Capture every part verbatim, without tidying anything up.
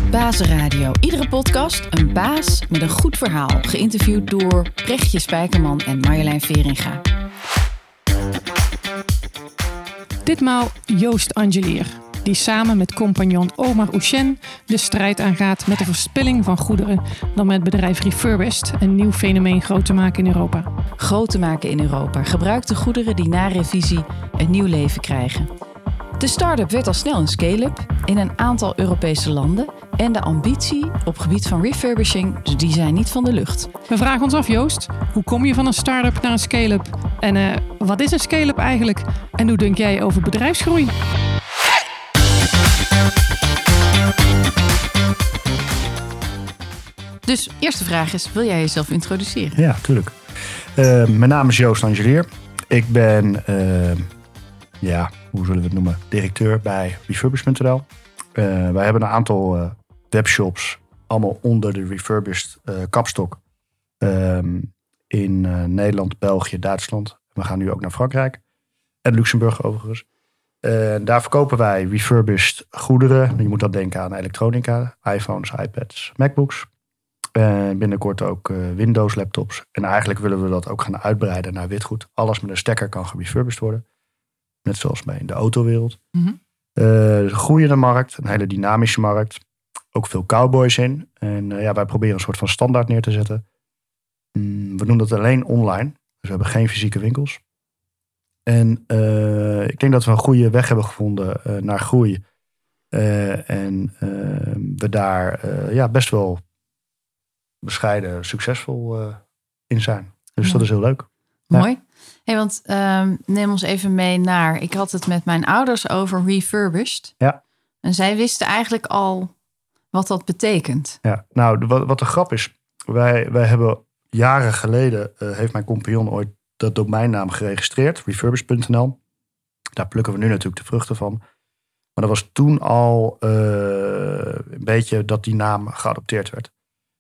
Bazenradio. Iedere podcast een baas met een goed verhaal. Geïnterviewd door Brechtje Spijkerman en Marjolein Veringa. Ditmaal Joost Angelier, die samen met compagnon Omar Houchen de strijd aangaat met de verspilling van goederen door met het bedrijf Refurbished een nieuw fenomeen groot te maken in Europa. Groot te maken in Europa. Gebruikte goederen die na revisie een nieuw leven krijgen. De start-up werd al snel een scale-up in een aantal Europese landen. En de ambitie op gebied van refurbishing, dus die zijn niet van de lucht. We vragen ons af, Joost, hoe kom je van een start-up naar een scale-up? En uh, wat is een scale-up eigenlijk? En hoe denk jij over bedrijfsgroei? Dus eerste vraag is, wil jij jezelf introduceren? Ja, tuurlijk. Uh, mijn naam is Joost Angelier. Ik ben, uh, ja, hoe zullen we het noemen, directeur bij Refurbished punt n l. Uh, wij hebben een aantal uh, webshops, allemaal onder de Refurbished uh, kapstok. Um, in uh, Nederland, België, Duitsland. We gaan nu ook naar Frankrijk. En Luxemburg overigens. Uh, daar verkopen wij refurbished goederen. Je moet dan denken aan elektronica, iPhones, iPads, MacBooks. Uh, binnenkort ook uh, Windows laptops. En eigenlijk willen we dat ook gaan uitbreiden naar witgoed. Alles met een stekker kan gerefurbished worden. Net zoals bij in de autowereld. Mm-hmm. Uh, een groeiende markt, een hele dynamische markt. Ook veel cowboys in. En uh, ja, wij proberen een soort van standaard neer te zetten. Mm, we doen dat alleen online. Dus we hebben geen fysieke winkels. En uh, ik denk dat we een goede weg hebben gevonden uh, naar groei. Uh, en uh, we daar uh, ja, best wel bescheiden succesvol uh, in zijn. Dus ja. Dat is heel leuk. Mooi. Ja. Hey, want uh, neem ons even mee naar... Ik had het met mijn ouders over refurbished. Ja. En zij wisten eigenlijk al wat dat betekent. Ja, nou, wat, wat de grap is... Wij, wij hebben jaren geleden... Uh, heeft mijn compagnon ooit dat domeinnaam geregistreerd. Refurbished punt n l. Daar plukken we nu natuurlijk de vruchten van. Maar dat was toen al uh, een beetje dat die naam geadopteerd werd.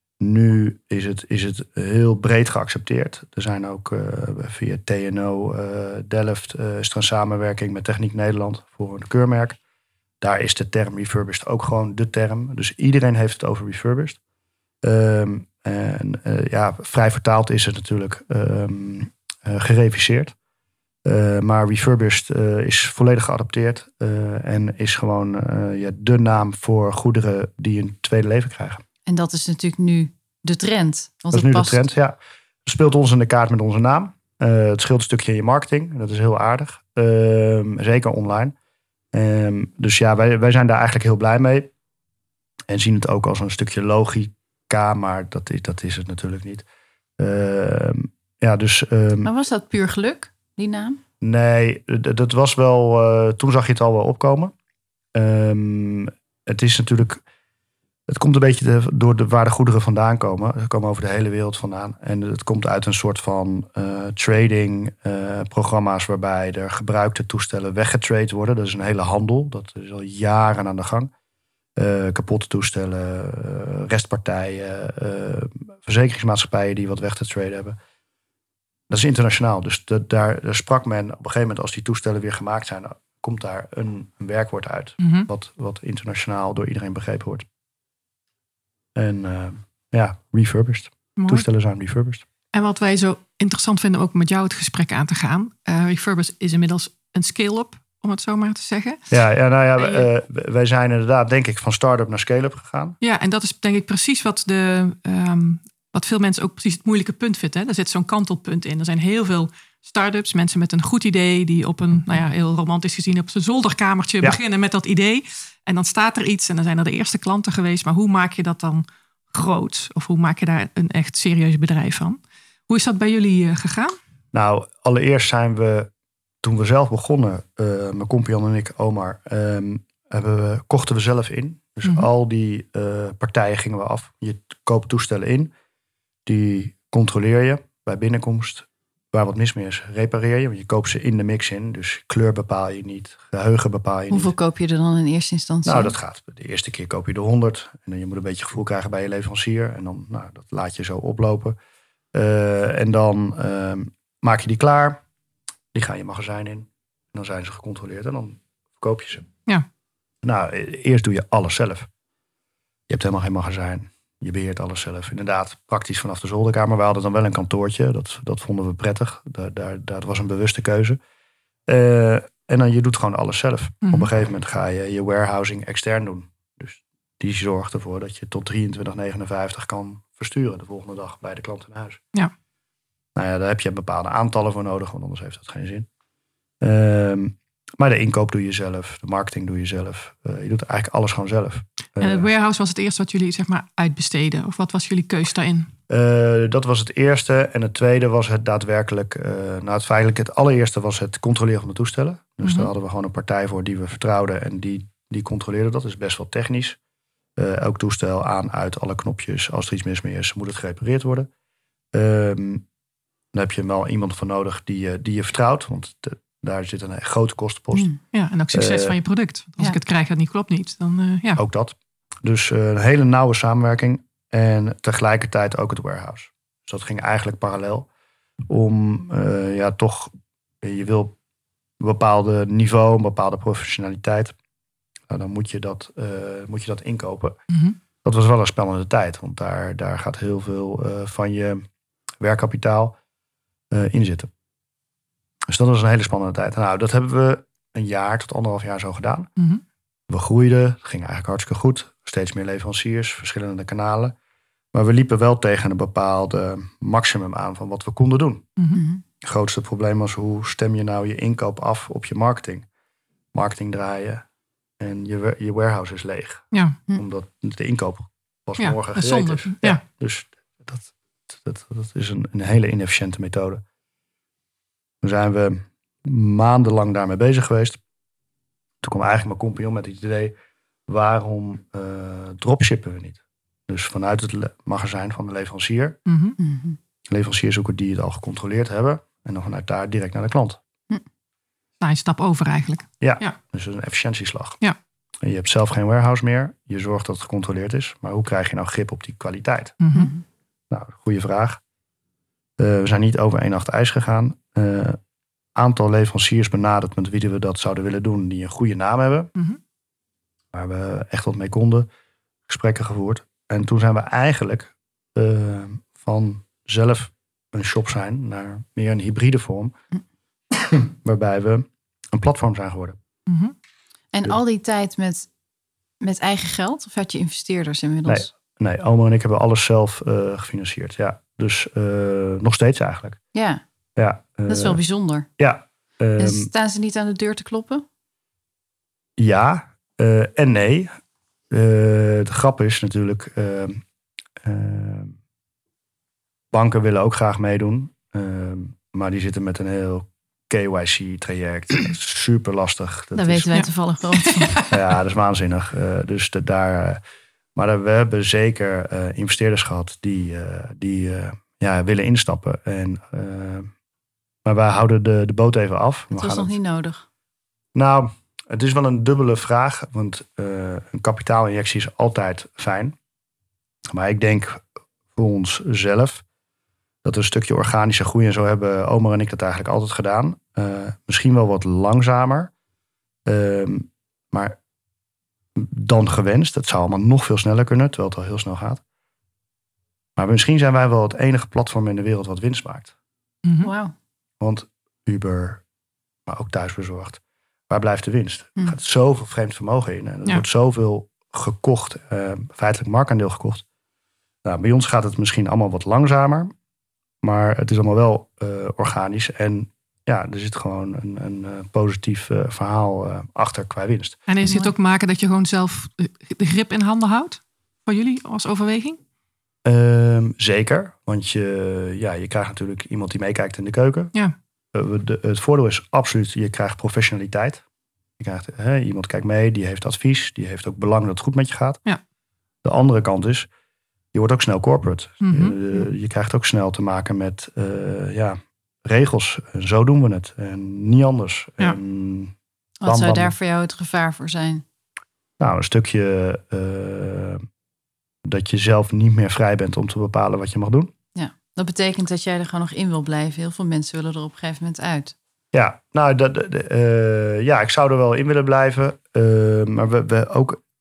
Nu is het, is het heel breed geaccepteerd. Er zijn ook uh, via T N O, uh, Delft, uh, is er een samenwerking met Techniek Nederland voor een keurmerk. Daar is de term refurbished ook gewoon de term. Dus iedereen heeft het over refurbished. Um, en uh, ja, vrij vertaald is het natuurlijk um, uh, gereviseerd. Uh, maar refurbished uh, is volledig geadopteerd. Uh, en is gewoon uh, ja, de naam voor goederen die een tweede leven krijgen. En dat is natuurlijk nu de trend. Want dat is het nu past... de trend, ja. Het speelt ons in de kaart met onze naam. Uh, het scheelt een stukje in je marketing. Dat is heel aardig. Uh, zeker online. Uh, dus ja, wij, wij zijn daar eigenlijk heel blij mee. En zien het ook als een stukje logica. Maar dat is, dat is het natuurlijk niet. Uh, ja, dus, um, maar was dat puur geluk, die naam? Nee, d- dat was wel... Uh, toen zag je het al wel opkomen. Um, het is natuurlijk... Het komt een beetje de, door de, waar de goederen vandaan komen. Ze komen over de hele wereld vandaan. En het komt uit een soort van uh, trading uh, programma's... waarbij er gebruikte toestellen weggetrade worden. Dat is een hele handel. Dat is al jaren aan de gang. Uh, kapotte toestellen, uh, restpartijen... Uh, verzekeringsmaatschappijen die wat weg te traden hebben. Dat is internationaal. Dus de, daar, daar sprak men op een gegeven moment... als die toestellen weer gemaakt zijn... komt daar een, een werkwoord uit... Mm-hmm. Wat, wat internationaal door iedereen begrepen wordt. En uh, ja, refurbished. Mooi. Toestellen zijn refurbished. En wat wij zo interessant vinden ook met jou het gesprek aan te gaan. Uh, refurbished is inmiddels een scale-up, om het zo maar te zeggen. Ja, ja nou ja, je... uh, wij zijn inderdaad denk ik van start-up naar scale-up gegaan. Ja, en dat is denk ik precies wat, de, um, wat veel mensen ook precies het moeilijke punt vinden. Hè? Daar zit zo'n kantelpunt in. Er zijn heel veel start-ups, mensen met een goed idee... die op een, nou ja, heel romantisch gezien... op zijn zolderkamertje ja. beginnen met dat idee... En dan staat er iets en dan zijn er de eerste klanten geweest. Maar hoe maak je dat dan groot? Of hoe maak je daar een echt serieus bedrijf van? Hoe is dat bij jullie gegaan? Nou, allereerst zijn we, toen we zelf begonnen... Uh, mijn compagnon en ik, Omar... Um, hebben we, kochten we zelf in. Dus mm-hmm. al die uh, partijen gingen we af. Je koopt toestellen in. Die controleer je bij binnenkomst. Waar wat mis mee is, repareer je. Want je koopt ze in de mix in. Dus kleur bepaal je niet. Geheugen bepaal je Hoeveel niet. Hoeveel koop je er dan in eerste instantie? Nou, dat gaat. De eerste keer koop je er honderd. En dan je moet een beetje gevoel krijgen bij je leverancier. En dan, nou, dat laat je zo oplopen. Uh, en dan uh, maak je die klaar. Die gaan je magazijn in. En dan zijn ze gecontroleerd. En dan verkoop je ze. Ja. Nou, eerst doe je alles zelf. Je hebt helemaal geen magazijn. Je beheert alles zelf. Inderdaad, praktisch vanaf de zolderkamer. We hadden dan wel een kantoortje. Dat, dat vonden we prettig. Daar, daar, dat was een bewuste keuze. Uh, en dan je doet gewoon alles zelf. Mm. Op een gegeven moment ga je je warehousing extern doen. Dus die zorgt ervoor dat je tot drieëntwintig negenenvijftig kan versturen. De volgende dag bij de klant in huis. Ja. Nou ja, daar heb je bepaalde aantallen voor nodig. Want anders heeft dat geen zin. Um, maar de inkoop doe je zelf. De marketing doe je zelf. Uh, je doet eigenlijk alles gewoon zelf. En het warehouse was het eerste wat jullie zeg maar uitbesteden? Of wat was jullie keus daarin? Uh, dat was het eerste. En het tweede was het daadwerkelijk... Uh, nou, het feitelijk het allereerste was het controleren van de toestellen. Dus mm-hmm. daar hadden we gewoon een partij voor die we vertrouwden. En die, die controleerde dat. Dat is best wel technisch. Uh, elk toestel aan, uit, alle knopjes. Als er iets mis mee is, moet het gerepareerd worden. Um, dan heb je wel iemand voor nodig die, die je vertrouwt. Want de, daar zit een grote kostenpost. Mm, ja, en ook succes uh, van je product. Als ja. ik het krijg dat niet klopt niet, dan uh, ja. Ook dat. Dus uh, een hele nauwe samenwerking. En tegelijkertijd ook het warehouse. Dus dat ging eigenlijk parallel. Om uh, ja, toch... Je wil een bepaalde niveau, een bepaalde professionaliteit. Nou, dan moet je dat, uh, moet je dat inkopen. Mm-hmm. Dat was wel een spannende tijd. Want daar, daar gaat heel veel uh, van je werkkapitaal uh, in zitten. Dus dat was een hele spannende tijd. Nou, dat hebben we een jaar tot anderhalf jaar zo gedaan. Mm-hmm. We groeiden, het ging eigenlijk hartstikke goed. Steeds meer leveranciers, verschillende kanalen. Maar we liepen wel tegen een bepaalde maximum aan van wat we konden doen. Mm-hmm. Het grootste probleem was, hoe stem je nou je inkoop af op je marketing? Marketing draaien en je, je warehouse is leeg. Ja. Omdat de inkoop pas ja, morgen gereed zonde. is. Ja. Ja. Dus dat, dat, dat is een, een hele inefficiënte methode. Toen zijn we maandenlang daarmee bezig geweest. Toen kwam eigenlijk mijn compagnon met het idee... waarom uh, dropshippen we niet? Dus vanuit het le- magazijn van de leverancier. Mm-hmm. Leveranciers zoeken die het al gecontroleerd hebben. En dan vanuit daar direct naar de klant. Nou, een stap over eigenlijk. Ja, ja. Dus dat is een efficiëntieslag. Ja. En je hebt zelf geen warehouse meer. Je zorgt dat het gecontroleerd is. Maar hoe krijg je nou grip op die kwaliteit? Mm-hmm. Nou, goede vraag. Uh, we zijn niet over één nacht ijs gegaan. Uh, aantal leveranciers benaderd met wie we dat zouden willen doen. Die een goede naam hebben. Mm-hmm. Waar we echt wat mee konden. Gesprekken gevoerd. En toen zijn we eigenlijk uh, van zelf een shop zijn naar meer een hybride vorm. Mm. Waarbij we een platform zijn geworden. Mm-hmm. En dus. Al die tijd met, met eigen geld? Of had je investeerders inmiddels? Nee, nee, Omer en ik hebben alles zelf uh, gefinancierd. Ja, dus uh, nog steeds eigenlijk. Ja, ja uh, dat is wel bijzonder. Ja. Um, en staan ze niet aan de deur te kloppen? Ja uh, en nee. Uh, de grap is natuurlijk... Uh, uh, banken willen ook graag meedoen. Uh, maar die zitten met een heel K Y C-traject. Super lastig. Dat daar is, weten wij ja. toevallig wel van. Ja, dat is waanzinnig. Uh, dus de, daar... Uh, maar we hebben zeker uh, investeerders gehad die, uh, die uh, ja, willen instappen. En, uh, maar wij houden de, de boot even af. Het was nog het... niet nodig. Nou, het is wel een dubbele vraag. Want uh, een kapitaalinjectie is altijd fijn. Maar ik denk voor onszelf dat we een stukje organische groei... en zo hebben Omer en ik dat eigenlijk altijd gedaan. Uh, misschien wel wat langzamer. Uh, maar... dan gewenst. Het zou allemaal nog veel sneller kunnen, terwijl het al heel snel gaat. Maar misschien zijn wij wel het enige platform in de wereld wat winst maakt. Mm-hmm. Wow. Want Uber, maar ook thuisbezorgd, waar blijft de winst? Mm. Er gaat zoveel vreemd vermogen in. En er ja. wordt zoveel gekocht, uh, feitelijk marktaandeel gekocht. Nou, bij ons gaat het misschien allemaal wat langzamer. Maar het is allemaal wel uh, organisch en... ja, er zit gewoon een, een uh, positief uh, verhaal uh, achter qua winst. En is het ook maken dat je gewoon zelf de grip in handen houdt? Voor jullie als overweging? Um, zeker. Want je, ja, je krijgt natuurlijk iemand die meekijkt in de keuken. Ja. Uh, de, het voordeel is absoluut, je krijgt professionaliteit. Je krijgt, hè, iemand kijkt mee, die heeft advies. Die heeft ook belang dat het goed met je gaat. Ja. De andere kant is, je wordt ook snel corporate. Mm-hmm. Uh, je krijgt ook snel te maken met... Uh, ja, regels. Zo doen we het. En niet anders. Ja. En Wat bam, zou bam. daar voor jou het gevaar voor zijn? Nou, een stukje uh, dat je zelf niet meer vrij bent om te bepalen wat je mag doen. Ja, dat betekent dat jij er gewoon nog in wil blijven. Heel veel mensen willen er op een gegeven moment uit. Ja, nou, de, de, uh, ja, ik zou er wel in willen blijven. Uh, maar we, we ook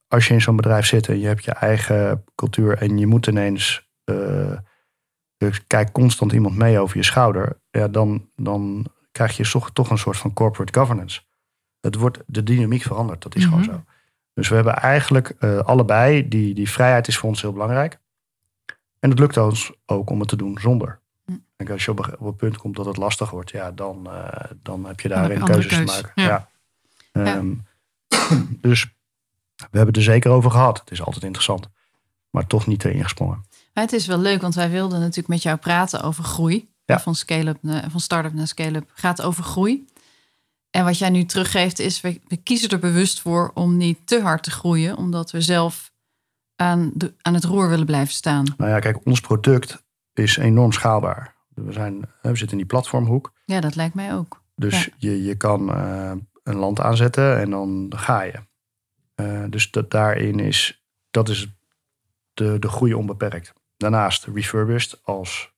als je in zo'n bedrijf zit en je hebt je eigen cultuur en je moet ineens, uh, dus kijkt constant iemand mee over je schouder, ja, dan, dan krijg je toch, toch een soort van corporate governance. Het wordt, de dynamiek verandert, dat is mm-hmm. gewoon zo. Dus we hebben eigenlijk uh, allebei, die, die vrijheid is voor ons heel belangrijk. En het lukt ons ook om het te doen zonder. Mm. En als je op een, op een punt komt dat het lastig wordt, ja, dan, uh, dan heb je daarin keuzes keus. te maken. Ja. Ja. Um, ja. Dus we hebben het er zeker over gehad. Het is altijd interessant, maar toch niet erin gesprongen. Maar het is wel leuk, want wij wilden natuurlijk met jou praten over groei. Ja. Van, scale-up, van start-up naar scale-up gaat over groei. En wat jij nu teruggeeft is, we, we kiezen er bewust voor om niet te hard te groeien, omdat we zelf aan, de, aan het roer willen blijven staan. Nou ja, kijk, ons product is enorm schaalbaar. We, zijn, we zitten in die platformhoek. Ja, dat lijkt mij ook. Dus ja. je, je kan uh, een land aanzetten en dan ga je. Uh, dus dat, daarin is, dat is de, de groei onbeperkt. Daarnaast refurbished als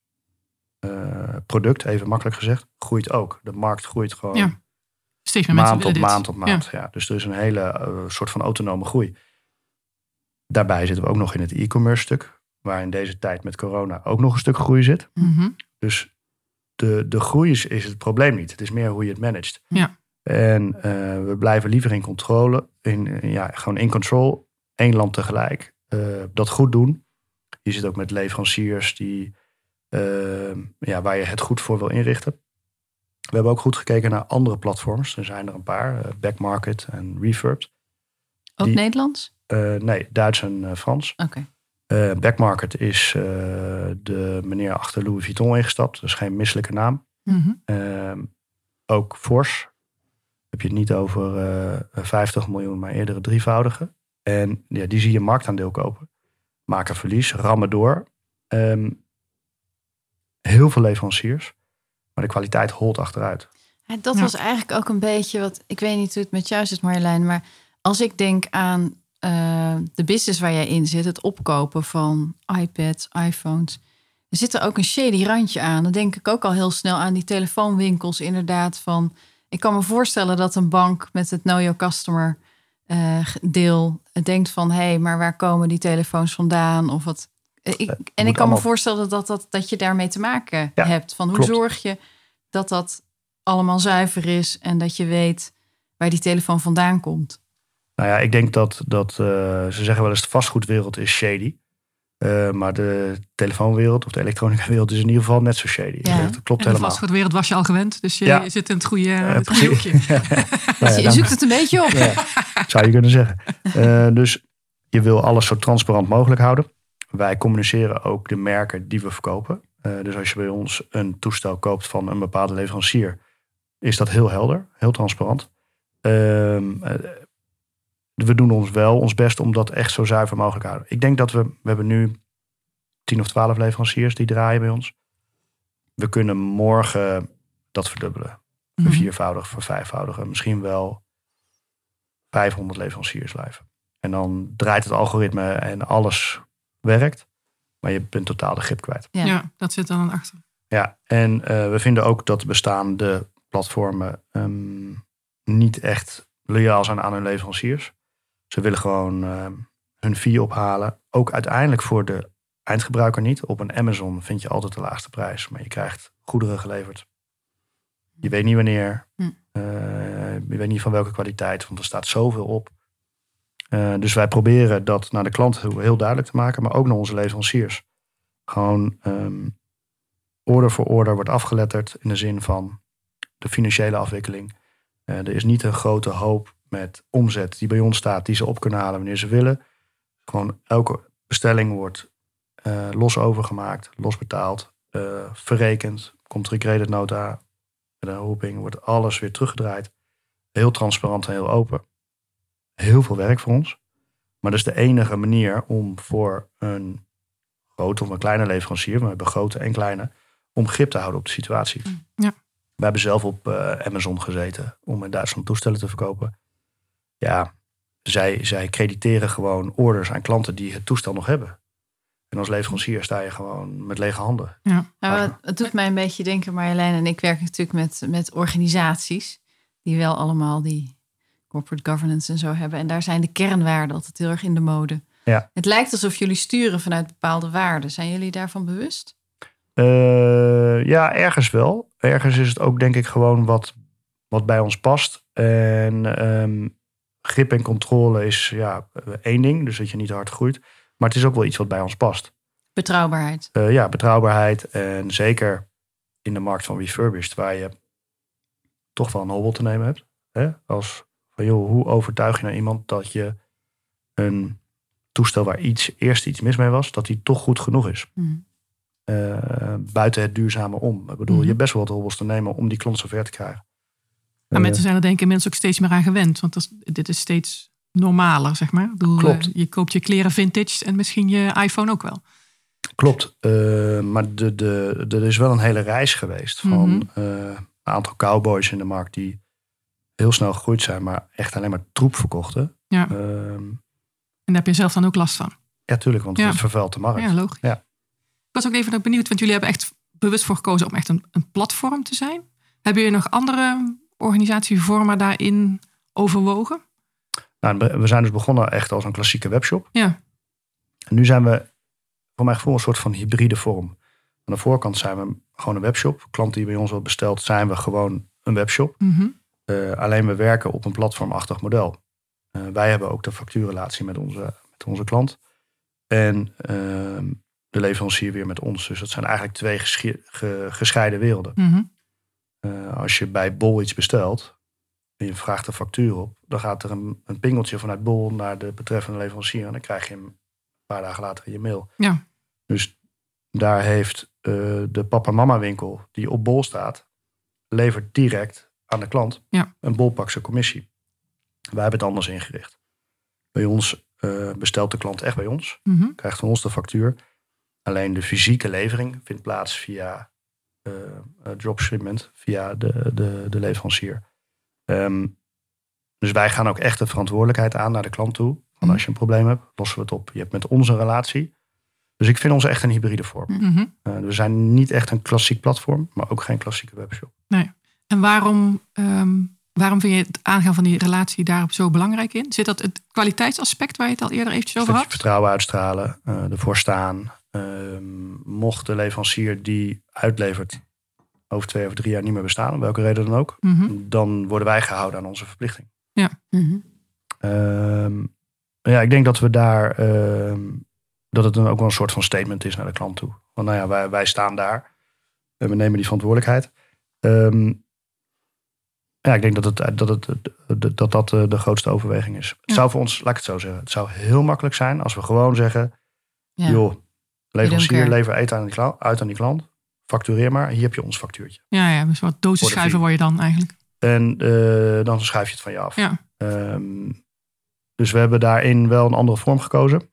uh, product, even makkelijk gezegd, groeit ook. De markt groeit gewoon ja. Steeds meer maand op dit. maand op maand. Ja. Ja, dus er is een hele uh, soort van autonome groei. Daarbij zitten we ook nog in het e-commerce stuk, waar in deze tijd met corona ook nog een stuk groei zit. Mm-hmm. Dus de, de groei is, is het probleem niet. Het is meer hoe je het managt. Ja. En uh, we blijven liever in controle, in, ja, gewoon in control, één land tegelijk. Uh, dat goed doen. Je zit ook met leveranciers die, uh, ja, waar je het goed voor wil inrichten. We hebben ook goed gekeken naar andere platforms. Er zijn er een paar, uh, Backmarket en Refurbed. Ook die, Nederlands? Uh, nee, Duits en uh, Frans. Oké. Okay. Uh, Backmarket is uh, de meneer achter Louis Vuitton ingestapt. Dat is geen misselijke naam. Mm-hmm. Uh, ook Fors. Heb je het niet over uh, vijftig miljoen, maar eerder het drievoudige. En ja, die zie je marktaandeel kopen. Maken verlies, rammen door. Um, heel veel leveranciers. Maar de kwaliteit holt achteruit. Ja, dat ja. was eigenlijk ook een beetje wat... Ik weet niet hoe het met jou zit, Marjolein. Maar als ik denk aan uh, de business waar jij in zit. Het opkopen van iPads, iPhones. Er zit er ook een shady randje aan. Dan denk ik ook al heel snel aan die telefoonwinkels. Inderdaad van... Ik kan me voorstellen dat een bank met het Know Your Customer uh, deel denkt van... hé, hey, maar waar komen die telefoons vandaan? Of wat? Ik, en ik kan allemaal... me voorstellen dat, dat, dat je daarmee te maken ja, hebt. Van hoe klopt. Zorg je dat dat allemaal zuiver is... en dat je weet waar die telefoon vandaan komt? Nou ja, ik denk dat, dat uh, ze zeggen wel eens... de vastgoedwereld is shady. Uh, maar de telefoonwereld of de elektronica wereld is in ieder geval net zo shady. Ja. Dat klopt en helemaal. De vastgoedwereld was je al gewend. Dus je, ja. je zit in het goede, uh, het goede hoekje. ja. nou ja, je zoekt het een beetje op. Ja, zou je kunnen zeggen. Uh, dus je wil alles zo transparant mogelijk houden. Wij communiceren ook de merken die we verkopen. Uh, dus als je bij ons een toestel koopt van een bepaalde leverancier... is dat heel helder, heel transparant. Uh, uh, We doen ons wel ons best om dat echt zo zuiver mogelijk te houden. Ik denk dat we, we hebben nu tien of twaalf leveranciers die draaien bij ons. We kunnen morgen dat verdubbelen. Mm-hmm. Viervoudig, vervijfvoudigen. Misschien wel vijfhonderd leveranciers live. En dan draait het algoritme en alles werkt. Maar je bent totaal de grip kwijt. Ja, ja dat zit dan achter. Ja, en uh, we vinden ook dat de bestaande platformen um, niet echt loyaal zijn aan hun leveranciers. Ze willen gewoon uh, hun fee ophalen. Ook uiteindelijk voor de eindgebruiker niet. Op een Amazon vind je altijd de laagste prijs. Maar je krijgt goederen geleverd. Je weet niet wanneer. Hm. Uh, je weet niet van welke kwaliteit. Want er staat zoveel op. Uh, dus wij proberen dat naar de klant heel, heel duidelijk te maken. Maar ook naar onze leveranciers. Gewoon um, order voor order wordt afgeletterd. In de zin van de financiële afwikkeling. Uh, er is niet een grote hoop met omzet die bij ons staat, die ze op kunnen halen wanneer ze willen. Gewoon elke bestelling wordt uh, los overgemaakt, los betaald, uh, verrekend. Komt er een creditnota met een roeping, wordt alles weer teruggedraaid. Heel transparant en heel open. Heel veel werk voor ons. Maar dat is de enige manier om voor een grote of een kleine leverancier, we hebben grote en kleine, om grip te houden op de situatie. Ja. We hebben zelf op uh, Amazon gezeten om in Duitsland toestellen te verkopen. Ja, zij, zij crediteren gewoon orders aan klanten die het toestel nog hebben. En als leverancier sta je gewoon met lege handen. Ja. Nou, het, het doet mij een beetje denken, Marjolein en ik werken natuurlijk met, met organisaties die wel allemaal die corporate governance en zo hebben. En daar zijn de kernwaarden altijd heel erg in de mode. Ja. Het lijkt alsof jullie sturen vanuit bepaalde waarden. Zijn jullie daarvan bewust? Uh, ja, ergens wel. Ergens is het ook denk ik gewoon wat, wat bij ons past. En um, grip en controle is ja, één ding. Dus dat je niet hard groeit. Maar het is ook wel iets wat bij ons past. Betrouwbaarheid. Uh, ja, betrouwbaarheid. En zeker in de markt van refurbished, waar je toch wel een hobbel te nemen hebt. Hè? Als van joh, hoe overtuig je nou iemand dat je een toestel waar iets, eerst iets mis mee was, dat die toch goed genoeg is. Mm. Uh, buiten het duurzame om. Ik bedoel, mm-hmm. je hebt best wel wat hobbels te nemen om die klant zover te krijgen. Maar uh, mensen zijn er denk ik inmiddels ook steeds meer aan gewend. Want dat is, dit is steeds normaler, zeg maar. Ik bedoel, klopt. Uh, je koopt je kleren vintage en misschien je iPhone ook wel. Klopt. Uh, maar de, de, de, er is wel een hele reis geweest van mm-hmm. uh, een aantal cowboys in de markt die heel snel gegroeid zijn, maar echt alleen maar troep verkochten. Ja. Uh, en daar heb je zelf dan ook last van. Ja, tuurlijk, want ja. het vervuilt de markt. Ja, logisch. Ja. Ik was ook even benieuwd, want jullie hebben echt bewust voor gekozen om echt een, een platform te zijn. Hebben jullie nog andere organisatievormen daarin overwogen? Nou, we zijn dus begonnen echt als een klassieke webshop. Ja. En nu zijn we, voor mijn gevoel, een soort van hybride vorm. Aan de voorkant zijn we gewoon een webshop. Klant die bij ons wat bestelt, zijn we gewoon een webshop. Mm-hmm. Uh, alleen we werken op een platformachtig model. Uh, wij hebben ook de factuurrelatie met onze, met onze klant. En uh, de leverancier weer met ons. Dus dat zijn eigenlijk twee gesche- ge- gescheiden werelden. Mm-hmm. Uh, als je bij Bol iets bestelt en je vraagt de factuur op, dan gaat er een, een pingeltje vanuit Bol naar de betreffende leverancier. En dan krijg je hem een paar dagen later in je mail. Ja. Dus daar heeft uh, de papa-mama winkel die op Bol staat, levert direct aan de klant ja. een Bolpakse commissie. Wij hebben het anders ingericht. Bij ons uh, bestelt de klant echt bij ons. Mm-hmm. Krijgt van ons de factuur. Alleen de fysieke levering vindt plaats via uh, uh, dropshipment, via de, de, de leverancier. Um, dus wij gaan ook echt de verantwoordelijkheid aan naar de klant toe. Van Mm-hmm. als je een probleem hebt, lossen we het op. Je hebt met ons een relatie. Dus ik vind ons echt een hybride vorm. Mm-hmm. Uh, we zijn niet echt een klassiek platform, maar ook geen klassieke webshop. Nee. En waarom, um, waarom vind je het aangaan van die relatie daarop zo belangrijk in? Zit dat het kwaliteitsaspect waar je het al eerder eventjes over had? Vertrouwen uitstralen, uh, ervoor staan. Uh, mocht de leverancier die uitlevert over twee of drie jaar niet meer bestaan, om welke reden dan ook, Mm-hmm. dan worden wij gehouden aan onze verplichting. Ja. Mm-hmm. Uh, ja, ik denk dat we daar, uh, dat het dan ook wel een soort van statement is naar de klant toe. Want nou ja, wij, wij staan daar en we nemen die verantwoordelijkheid. Um, ja, ik denk dat het, dat, het, dat, dat, dat de grootste overweging is. Het Ja. zou voor ons, laat ik het zo zeggen, het zou heel makkelijk zijn als we gewoon zeggen, Ja. joh, leverancier, care. lever eten aan die klant, uit aan die klant. Factureer maar, hier heb je ons factuurtje. Ja, ja, dus wat dozenschuiver word je dan eigenlijk. En uh, dan schrijf je het van je af. Ja. Um, dus we hebben daarin wel een andere vorm gekozen.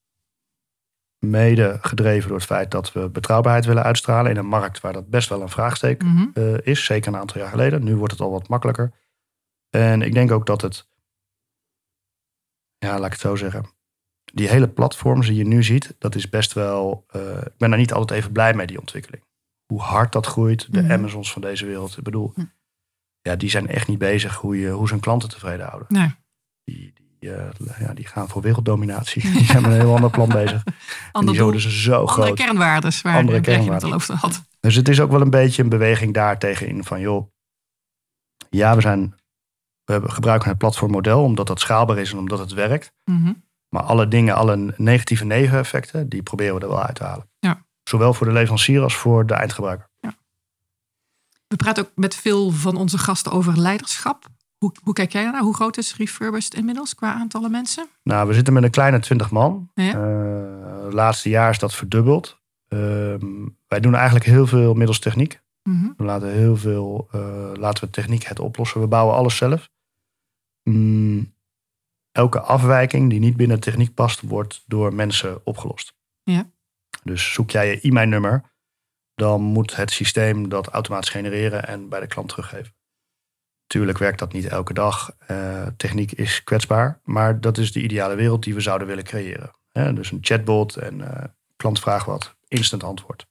Mede gedreven door het feit dat we betrouwbaarheid willen uitstralen in een markt waar dat best wel een vraagstuk Mm-hmm. uh, is. Zeker een aantal jaar geleden. Nu wordt het al wat makkelijker. En ik denk ook dat het, ja, laat ik het zo zeggen, die hele platforms die je nu ziet, dat is best wel, uh, ik ben daar niet altijd even blij mee, die ontwikkeling. Hoe hard dat groeit, de Mm-hmm. Amazons van deze wereld. Ik bedoel, Hm. ja, die zijn echt niet bezig hoe, je, hoe ze hun klanten tevreden houden. Nee. Die, die, uh, ja, die gaan voor werelddominatie. Die zijn met een heel ander plan bezig. En Ander die worden doel, ze zo andere groot. kernwaardes waar Andere Brechtje het kernwaarden. al over had. Dus het is ook wel een beetje een beweging daar tegenin van, joh, ja, we zijn, we gebruiken het platformmodel omdat dat schaalbaar is en omdat het werkt. Mm-hmm. Maar alle dingen, alle negatieve neveneffecten, die proberen we er wel uit te halen. Ja. Zowel voor de leverancier als voor de eindgebruiker. We praten ook met veel van onze gasten over leiderschap. Hoe, hoe kijk jij daarnaar? Hoe groot is Refurbished inmiddels qua aantallen mensen? Nou, we zitten met een kleine twintig man. Ja. Uh, het laatste jaar is dat verdubbeld. Uh, wij doen eigenlijk heel veel middels techniek. Mm-hmm. We laten heel veel, uh, laten we techniek het oplossen. We bouwen alles zelf. Mm, elke afwijking die niet binnen de techniek past, wordt door mensen opgelost. Ja. Dus zoek jij je e-mailnummer, dan moet het systeem dat automatisch genereren en bij de klant teruggeven. Tuurlijk werkt dat niet elke dag. Uh, techniek is kwetsbaar, maar dat is de ideale wereld die we zouden willen creëren. He, dus een chatbot en uh, klant vraagt wat, instant antwoord.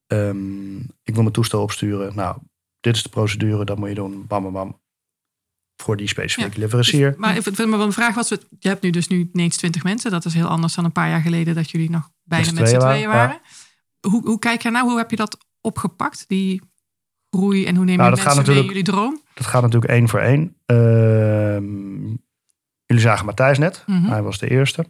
Um, ik wil mijn toestel opsturen. Nou, dit is de procedure, dat moet je doen. Bam, bam, bam. voor die specifieke ja, leverancier. Dus, maar even, maar een vraag was, je hebt nu dus nu ineens twintig mensen. Dat is heel anders dan een paar jaar geleden dat jullie nog bijna met z'n tweeën waren. Ja. Hoe, hoe kijk je nou? Hoe heb je dat opgepakt? Die groei en hoe neem je nou, mensen mee in jullie droom? Dat gaat natuurlijk één voor één. Uh, jullie zagen Matthijs net. Mm-hmm. Hij was de eerste.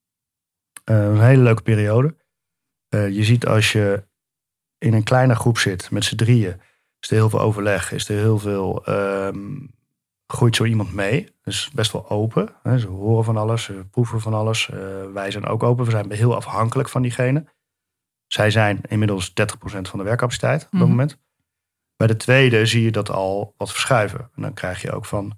Uh, een hele leuke periode. Uh, je ziet als je in een kleine groep zit met z'n drieën, is er heel veel overleg, is er heel veel, um, groeit zo iemand mee. Dus best wel open. Hè. Ze horen van alles, ze proeven van alles. Uh, wij zijn ook open, we zijn heel afhankelijk van diegene. Zij zijn inmiddels dertig procent van de werkcapaciteit op dat mm-hmm. moment. Bij de tweede zie je dat al wat verschuiven. En dan krijg je ook van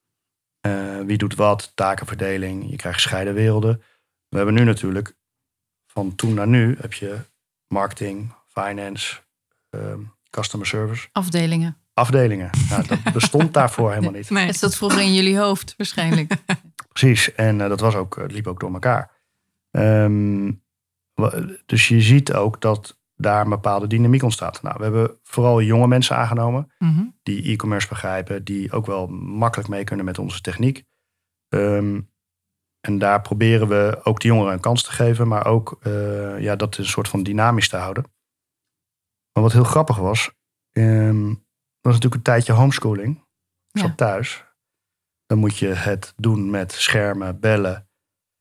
uh, wie doet wat, takenverdeling. Je krijgt gescheiden werelden. We hebben nu natuurlijk, van toen naar nu, heb je marketing, finance, um, customer service. Afdelingen. Afdelingen. Nou, dat bestond daarvoor helemaal niet. Nee. Is dat vroeger in jullie hoofd waarschijnlijk? Precies. En uh, dat was ook, liep ook door elkaar. Um, dus je ziet ook dat daar een bepaalde dynamiek ontstaat. Nou, we hebben vooral jonge mensen aangenomen. Mm-hmm. Die e-commerce begrijpen. Die ook wel makkelijk mee kunnen met onze techniek. Um, en daar proberen we ook de jongeren een kans te geven. Maar ook uh, ja, dat een soort van dynamisch te houden. Maar wat heel grappig was. Um, was natuurlijk een tijdje homeschooling. Ik zat ja. thuis. Dan moet je het doen met schermen, bellen.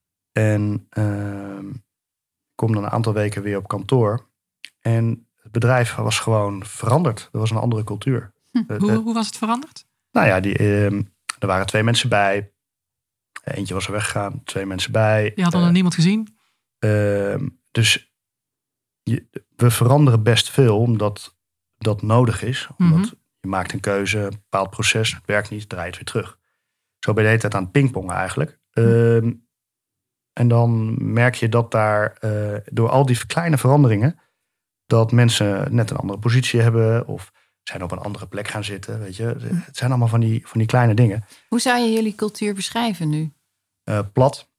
En um, kom dan een aantal weken weer op kantoor. En het bedrijf was gewoon veranderd. Er was een andere cultuur. Hm. Hoe, hoe was het veranderd? Nou ja, die, uh, er waren twee mensen bij. Eentje was er weggegaan, twee mensen bij. Je had al uh, niemand gezien? Uh, dus je, we veranderen best veel, omdat dat nodig is. Omdat mm-hmm. je maakt een keuze, een bepaald proces, het werkt niet, draai het weer terug. Zo ben je de hele tijd aan het pingpongen eigenlijk. Uh, mm. En dan merk je dat daar uh, door al die kleine veranderingen, dat mensen net een andere positie hebben of zijn op een andere plek gaan zitten. Weet je? Het zijn allemaal van die, van die kleine dingen. Hoe zou je jullie cultuur beschrijven nu? Uh, plat.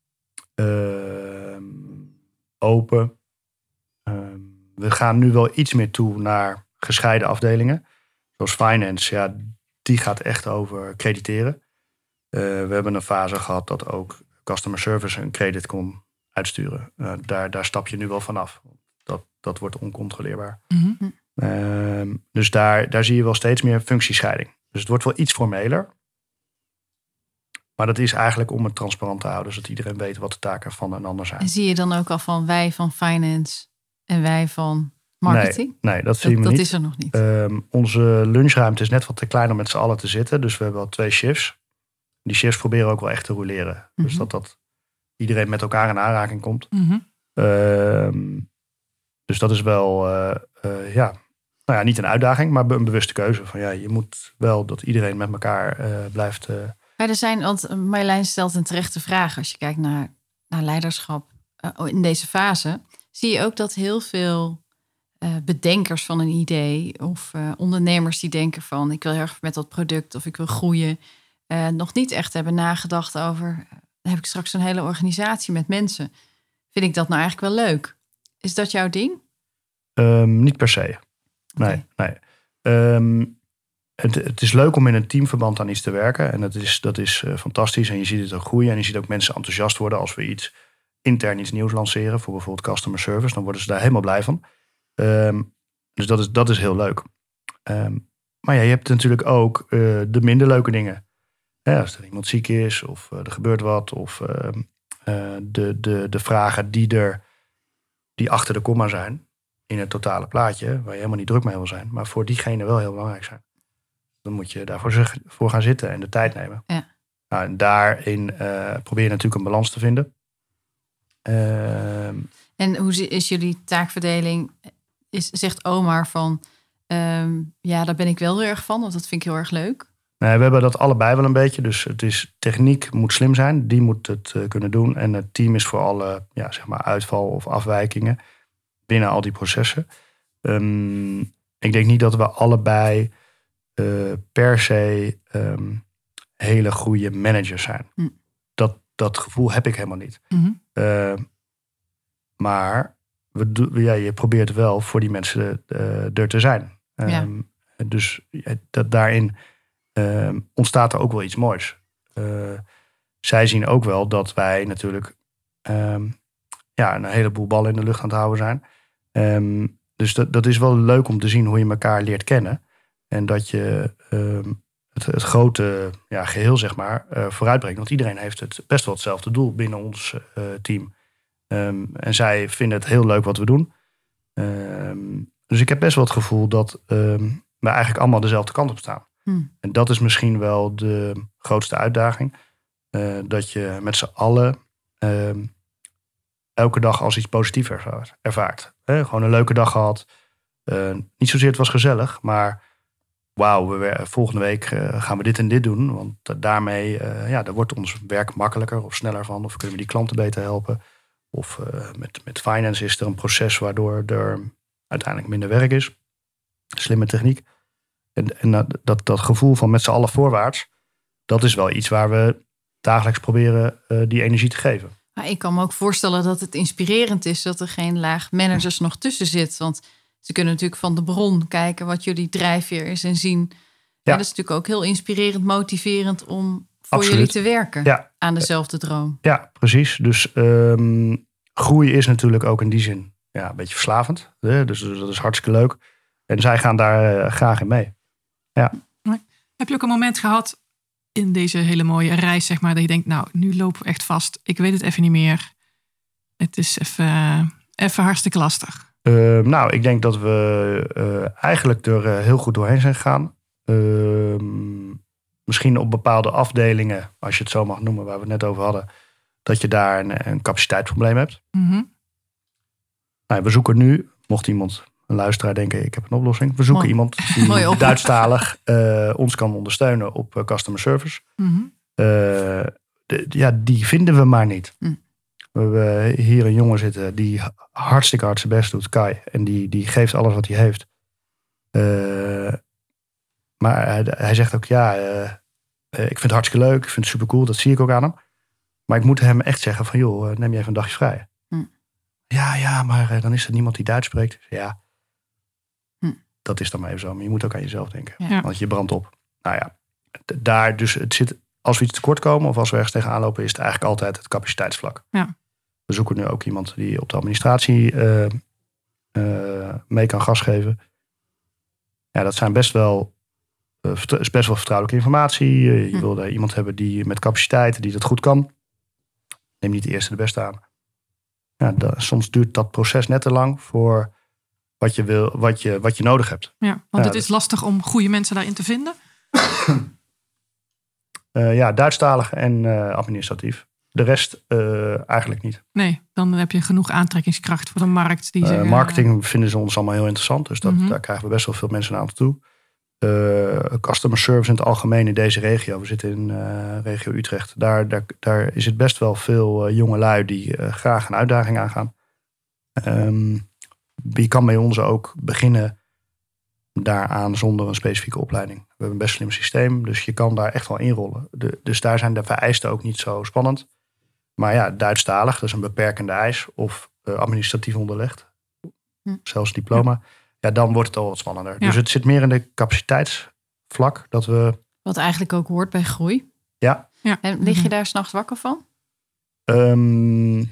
Uh, open. Uh, we gaan nu wel iets meer toe naar gescheiden afdelingen. Zoals finance, ja, die gaat echt over crediteren. Uh, we hebben een fase gehad dat ook customer service een credit kon uitsturen. Uh, daar, daar stap je nu wel vanaf. Dat, dat wordt oncontroleerbaar. Mm-hmm. Uh, dus daar, daar zie je wel steeds meer functiescheiding. Dus het wordt wel iets formeler. Maar dat is eigenlijk om het transparant te houden. Zodat iedereen weet wat de taken van een ander zijn. En zie je dan ook al van wij van finance en wij van marketing? Nee, nee dat zie je dat, niet. Dat is er nog niet. Um, onze lunchruimte is net wat te klein om met z'n allen te zitten. Dus we hebben wel twee shifts. Die shifts proberen ook wel echt te roleren. Mm-hmm. Dus dat, dat iedereen met elkaar in aanraking komt. Mm-hmm. Um, dus dat is wel, uh, uh, ja, nou ja, niet een uitdaging, maar een bewuste keuze. Van ja, je moet wel dat iedereen met elkaar uh, blijft. Uh... Maar er zijn, want Marjolein stelt een terechte vraag. Als je kijkt naar, naar leiderschap uh, in deze fase, zie je ook dat heel veel uh, bedenkers van een idee of uh, ondernemers die denken van ik wil heel erg met dat product of ik wil groeien, uh, nog niet echt hebben nagedacht over, uh, dan heb ik straks een hele organisatie met mensen. Vind ik dat nou eigenlijk wel leuk? Is dat jouw ding? Um, niet per se. Nee, okay. nee. Um, het, het is leuk om in een teamverband aan iets te werken. En dat is, dat is uh, fantastisch. En je ziet het ook groeien. En je ziet ook mensen enthousiast worden als we iets intern iets nieuws lanceren. Voor bijvoorbeeld customer service. Dan worden ze daar helemaal blij van. Um, dus dat is, dat is heel leuk. Um, maar ja, je hebt natuurlijk ook uh, de minder leuke dingen. Ja, als er iemand ziek is of uh, er gebeurt wat. Of uh, uh, de, de, de vragen die er die achter de komma zijn. In het totale plaatje, waar je helemaal niet druk mee wil zijn. Maar voor diegene wel heel belangrijk zijn. Dan moet je daarvoor voor gaan zitten en de tijd nemen. Ja. Nou, en daarin uh, probeer je natuurlijk een balans te vinden. Uh, en hoe is jullie taakverdeling? Is, zegt Omar van, um, ja, daar ben ik wel heel erg van. Want dat vind ik heel erg leuk. Nee, we hebben dat allebei wel een beetje. Dus het is, techniek moet slim zijn. Die moet het uh, kunnen doen. En het team is voor alle ja, zeg maar uitval of afwijkingen binnen al die processen. Um, ik denk niet dat we allebei uh, per se um, hele goede managers zijn. Mm. Dat, dat gevoel heb ik helemaal niet. Mm-hmm. Uh, maar we do- ja, je probeert wel voor die mensen uh, er te zijn. Um, ja. Dus dat daarin uh, ontstaat er ook wel iets moois. Uh, zij zien ook wel dat wij natuurlijk um, ja, een heleboel ballen in de lucht aan het houden zijn. Um, dus dat, dat is wel leuk om te zien hoe je elkaar leert kennen. En dat je um, het, het grote ja, geheel zeg maar uh, vooruitbrengt. Want iedereen heeft het best wel hetzelfde doel binnen ons uh, team. Um, en zij vinden het heel leuk wat we doen. Um, dus ik heb best wel het gevoel dat um, we eigenlijk allemaal dezelfde kant op staan. Hmm. En dat is misschien wel de grootste uitdaging. Uh, dat je met z'n allen um, elke dag als iets positiefs ervaart. ervaart. He, gewoon een leuke dag gehad. Uh, niet zozeer het was gezellig, maar wauw, we, volgende week uh, gaan we dit en dit doen. Want daarmee uh, ja, daar wordt ons werk makkelijker of sneller van. Of kunnen we die klanten beter helpen. Of uh, met, met finance is er een proces waardoor er uiteindelijk minder werk is. Slimme techniek. En, en dat, dat gevoel van met z'n allen voorwaarts, dat is wel iets waar we dagelijks proberen uh, die energie te geven. Maar ik kan me ook voorstellen dat het inspirerend is dat er geen laag managers nog tussen zit. Want ze kunnen natuurlijk van de bron kijken wat jullie drijfveer is en zien. Ja. Ja, dat is natuurlijk ook heel inspirerend, motiverend om voor Absoluut. jullie te werken ja. aan dezelfde droom. Ja, precies. Dus um, groei is natuurlijk ook in die zin ja, een beetje verslavend. Hè? Dus, dus dat is hartstikke leuk. En zij gaan daar uh, graag in mee. Ja. Heb je ook een moment gehad in deze hele mooie reis, zeg maar, dat je denkt, nou, nu lopen we echt vast. Ik weet het even niet meer. Het is even, uh, even hartstikke lastig. Uh, nou, ik denk dat we uh, eigenlijk er uh, heel goed doorheen zijn gegaan. Uh, misschien op bepaalde afdelingen, als je het zo mag noemen, waar we het net over hadden, dat je daar een, een capaciteitsprobleem hebt. Mm-hmm. Nou, we zoeken nu, mocht iemand, een luisteraar denken, ik heb een oplossing. We zoeken Mooi. iemand die Duitsstalig uh, ons kan ondersteunen op uh, customer service. Mm-hmm. Uh, de, ja, die vinden we maar niet. Mm. We hebben hier een jongen zitten die hartstikke hard zijn best doet, Kai. En die, die geeft alles wat hij heeft. Uh, maar hij, hij zegt ook, ja, uh, ik vind het hartstikke leuk. Ik vind het super cool, dat zie ik ook aan hem. Maar ik moet hem echt zeggen van, joh, neem je even een dagje vrij. Mm. Ja, ja, maar uh, dan is er niemand die Duits spreekt. Ja, hm. dat is dan maar even zo. Maar je moet ook aan jezelf denken. Ja. Want je brandt op. Nou ja, daar dus het zit, als we iets tekort komen of als we ergens tegenaan lopen, is het eigenlijk altijd het capaciteitsvlak. Ja. We zoeken nu ook iemand die op de administratie uh, uh, mee kan gas geven. Ja, dat zijn best wel, uh, is best wel vertrouwelijke informatie. Uh, je hm. wil daar iemand hebben die met capaciteit, die dat goed kan. Neem niet de eerste de beste aan. Ja, dat, soms duurt dat proces net te lang voor wat je, wil, wat je, wat je nodig hebt. Ja, want ja, het is lastig om goede mensen daarin te vinden. uh, ja, Duitsstalig en uh, administratief. De rest uh, eigenlijk niet. Nee, dan heb je genoeg aantrekkingskracht voor de markt. Die uh, zeggen, marketing vinden ze ons allemaal heel interessant. Dus dat, mm-hmm. daar krijgen we best wel veel mensen naar toe. Uh, customer service in het algemeen in deze regio. We zitten in uh, regio Utrecht. Daar, daar, daar is het best wel veel uh, jonge lui die uh, graag een uitdaging aangaan. Um, je kan bij ons ook beginnen daaraan zonder een specifieke opleiding. We hebben een best slim systeem, dus je kan daar echt wel inrollen. De, dus daar zijn de vereisten ook niet zo spannend. Maar ja, Duitsstalig, dat is een beperkende eis. Of uh, administratief onderlegd. Hm. Zelfs diploma. Ja. Ja, dan wordt het al wat spannender. Ja. Dus het zit meer in de capaciteitsvlak. Dat we... Wat eigenlijk ook hoort bij groei. Ja. ja. En lig je daar 's nachts wakker van? Um,